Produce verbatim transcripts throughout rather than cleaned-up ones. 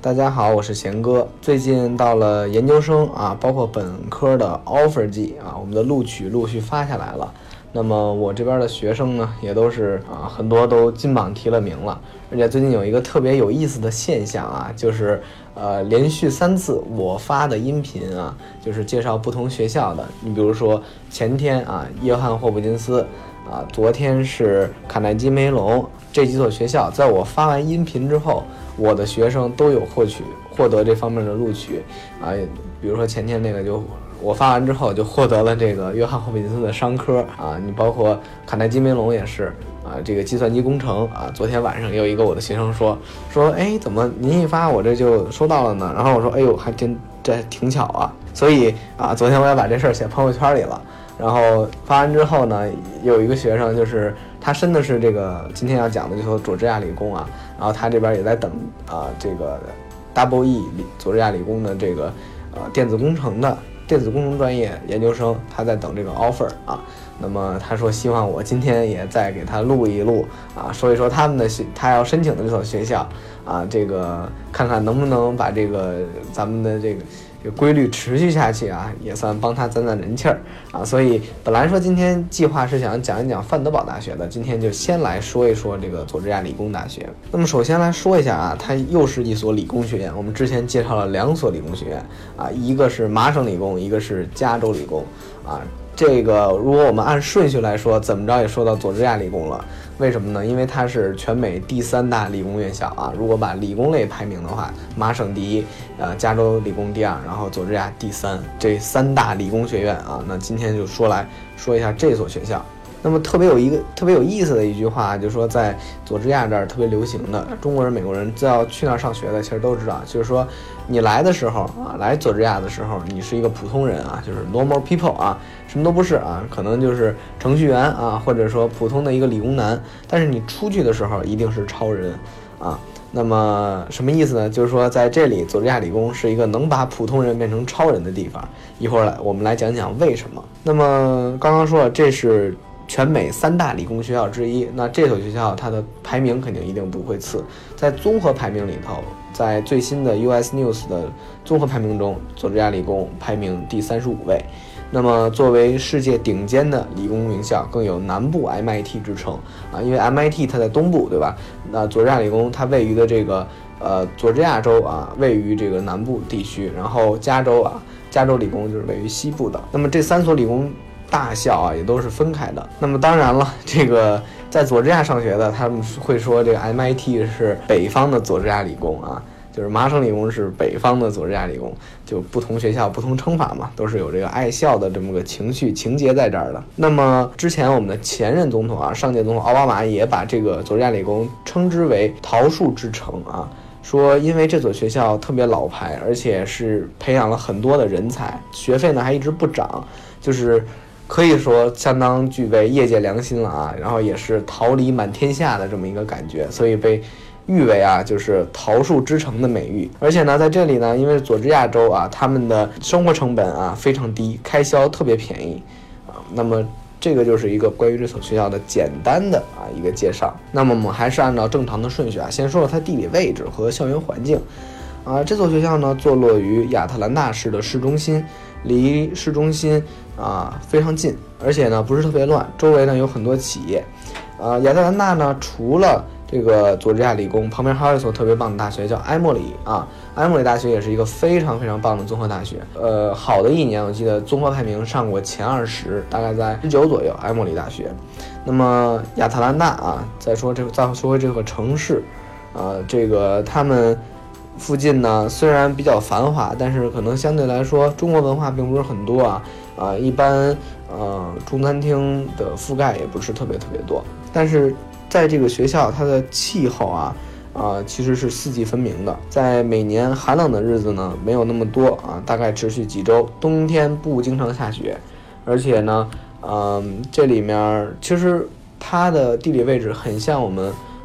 大家好，我是贤哥。最近到了研究生啊，包括本科的 offer 季啊，我们的录取陆续发下来了。那么我这边的学生呢，也都是啊，很多都金榜题了名了。而且最近有一个特别有意思的现象啊，就是呃，连续三次我发的音频啊，就是介绍不同学校的。你比如说前天啊，约翰霍普金斯啊，昨天是卡耐基梅隆这几所学校，在我发完音频之后，我的学生都有获取获得这方面的录取啊。比如说前天那个就。我发完之后就获得了这个约翰霍普金斯的商科啊，你包括卡耐基梅隆也是啊，这个计算机工程啊，昨天晚上也有一个我的学生说说，哎，怎么您一发我这就收到了呢？然后我说，哎呦，还真这挺巧啊。所以啊，昨天我也把这事儿写朋友圈里了。然后发完之后呢，有一个学生就是他申的是这个今天要讲的这所佐治亚理工啊，然后他这边也在等啊这个 Double E 佐治亚理工的这个呃电子工程的。电子工程专业研究生，他在等这个 offer 啊。那么他说希望我今天也再给他录一录啊，说一说他们的学他要申请的这所学校啊，这个看看能不能把这个咱们的这个这个规律持续下去啊，也算帮他攒攒人气儿啊。所以本来说今天计划是想讲一讲范德堡大学的，今天就先来说一说这个佐治亚理工大学。那么首先来说一下啊，它又是一所理工学院。我们之前介绍了两所理工学院啊，一个是麻省理工，一个是加州理工啊。这个如果我们按顺序来说，怎么着也说到佐治亚理工了。为什么呢？因为它是全美第三大理工院校啊。如果把理工类排名的话，麻省第一，呃，加州理工第二，然后佐治亚第三，这三大理工学院啊。那今天就说来说一下这所学校。那么特别有一个特别有意思的一句话，就是说在佐治亚这儿特别流行的，中国人、美国人只要去那儿上学的，其实都知道，就是说你来的时候啊，来佐治亚的时候，你是一个普通人啊，就是 normal people 啊，什么都不是啊，可能就是程序员啊，或者说普通的一个理工男。但是你出去的时候一定是超人啊。那么什么意思呢？就是说在这里佐治亚理工是一个能把普通人变成超人的地方。一会儿来我们来讲讲为什么。那么刚刚说了，这是全美三大理工学校之一，那这所学校它的排名肯定一定不会次，在综合排名里头，在最新的 U S News 的综合排名中，佐治亚理工排名第三十五位。那么作为世界顶尖的理工名校，更有南部 M I T 之称啊，因为 M I T 它在东部，对吧？那佐治亚理工它位于的这个呃佐治亚州啊，位于这个南部地区，然后加州啊，加州理工就是位于西部的。那么这三所理工大校啊，也都是分开的。那么当然了，这个在佐治亚上学的，他们会说这个 M I T 是北方的佐治亚理工啊，就是麻省理工是北方的佐治亚理工，就不同学校不同称法嘛，都是有这个爱校的这么个情绪情节在这儿的。那么之前我们的前任总统啊，上届总统奥巴马也把这个佐治亚理工称之为桃树之城啊，说因为这所学校特别老牌，而且是培养了很多的人才，学费呢还一直不涨，就是可以说相当具备业界良心了啊，然后也是桃李满天下的这么一个感觉，所以被誉为啊就是桃树之城的美誉。而且呢，在这里呢，因为佐治亚州啊，他们的生活成本啊非常低，开销特别便宜啊。那么这个就是一个关于这所学校的简单的啊一个介绍。那么我们还是按照正常的顺序啊，先说说它地理位置和校园环境。啊，这所学校呢坐落于亚特兰大市的市中心，离市中心啊非常近，而且呢不是特别乱，周围呢有很多企业。呃，亚特兰大呢除了这个佐治亚理工，旁边还有一所特别棒的大学叫埃默里啊，埃默里大学也是一个非常非常棒的综合大学。呃，好的一年我记得综合排名上过前二十，大概在十九左右，埃默里大学。那么亚特兰大啊，再说这个再说回这个城市，啊，这个他们附近呢虽然比较繁华，但是可能相对来说中国文化并不是很多啊啊，一般呃中餐厅的覆盖也不是特别特别多。但是在这个学校，它的气候啊啊其实是四季分明的，在每年寒冷的日子呢没有那么多啊，大概持续几周，冬天不经常下雪，而且呢，嗯，这里面其实它的地理位置很像我们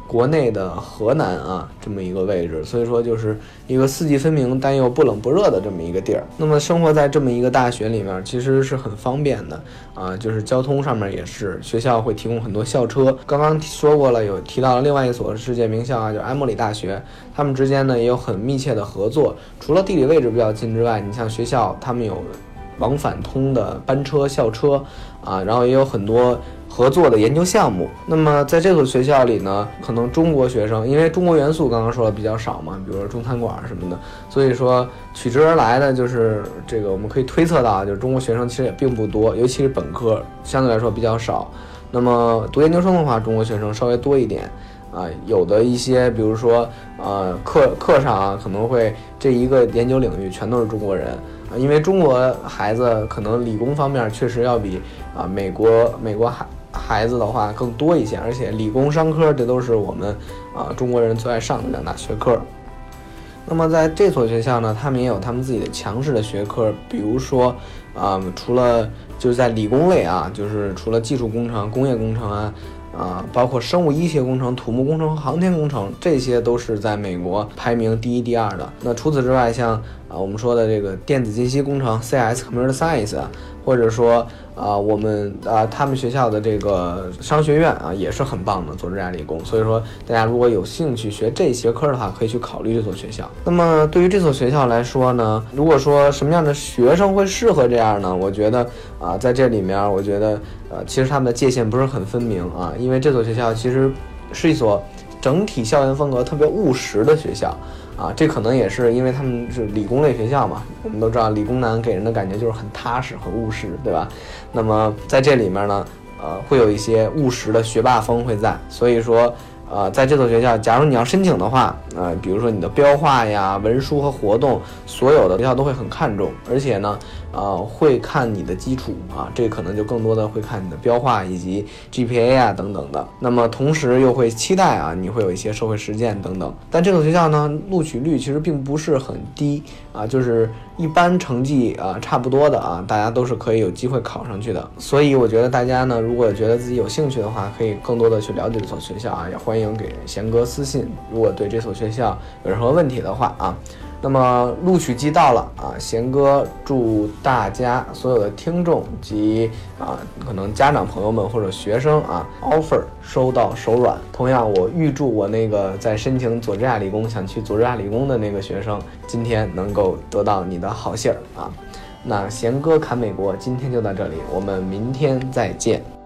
国内的河南啊这么一个位置，所以说就是一个四季分明但又不冷不热的这么一个地儿。那么生活在这么一个大学里面其实是很方便的啊，就是交通上面也是，学校会提供很多校车。刚刚说过了，有提到了另外一所世界名校啊，就是埃默里大学，他们之间呢也有很密切的合作。除了地理位置比较近之外，你像学校他们有往返通的班车校车啊，然后也有很多合作的研究项目。那么在这所学校里呢，可能中国学生因为中国元素刚刚说的比较少嘛，比如说中餐馆什么的，所以说取之而来的就是这个我们可以推测到，就是中国学生其实也并不多，尤其是本科相对来说比较少。那么读研究生的话，中国学生稍微多一点啊，有的一些比如说呃课课上啊，可能会这一个研究领域全都是中国人啊，因为中国孩子可能理工方面确实要比啊美国美国孩孩子的话更多一些，而且理工商科这都是我们啊中国人最爱上的两大学科。那么在这所学校呢，他们也有他们自己的强势的学科，比如说啊，除了就是在理工类啊，就是除了技术工程、工业工程啊。啊，包括生物医学工程、土木工程和航天工程，这些都是在美国排名第一、第二的。那除此之外，像啊我们说的这个电子信息工程 C S Computer Science 啊，或者说啊我们啊他们学校的这个商学院啊也是很棒的，佐治亚理工。所以说大家如果有兴趣学这学科的话，可以去考虑这所学校。那么对于这所学校来说呢，如果说什么样的学生会适合这样呢？我觉得啊在这里面，我觉得呃其实他们的界限不是很分明啊。因为这所学校其实是一所整体校园风格特别务实的学校啊，这可能也是因为他们是理工类学校嘛，我们都知道理工男给人的感觉就是很踏实、很务实，对吧？那么在这里面呢，呃，会有一些务实的学霸风会在，所以说。呃，在这所学校，假如你要申请的话，呃，比如说你的标化呀、文书和活动，所有的学校都会很看重，而且呢，呃，会看你的基础啊，这可能就更多的会看你的标化以及 G P A 啊等等的。那么同时又会期待啊，你会有一些社会实践等等。但这所学校呢，录取率其实并不是很低啊，就是一般成绩啊差不多的啊，大家都是可以有机会考上去的。所以我觉得大家呢，如果觉得自己有兴趣的话，可以更多的去了解这所学校啊，也欢迎。欢迎给贤哥私信，如果对这所学校有任何问题的话啊，那么录取季到了啊，贤哥祝大家所有的听众及啊可能家长朋友们或者学生啊 offer 收到手软。同样，我预祝我那个在申请佐治亚理工想去佐治亚理工的那个学生，今天能够得到你的好信儿啊。那贤哥侃美国今天就到这里，我们明天再见。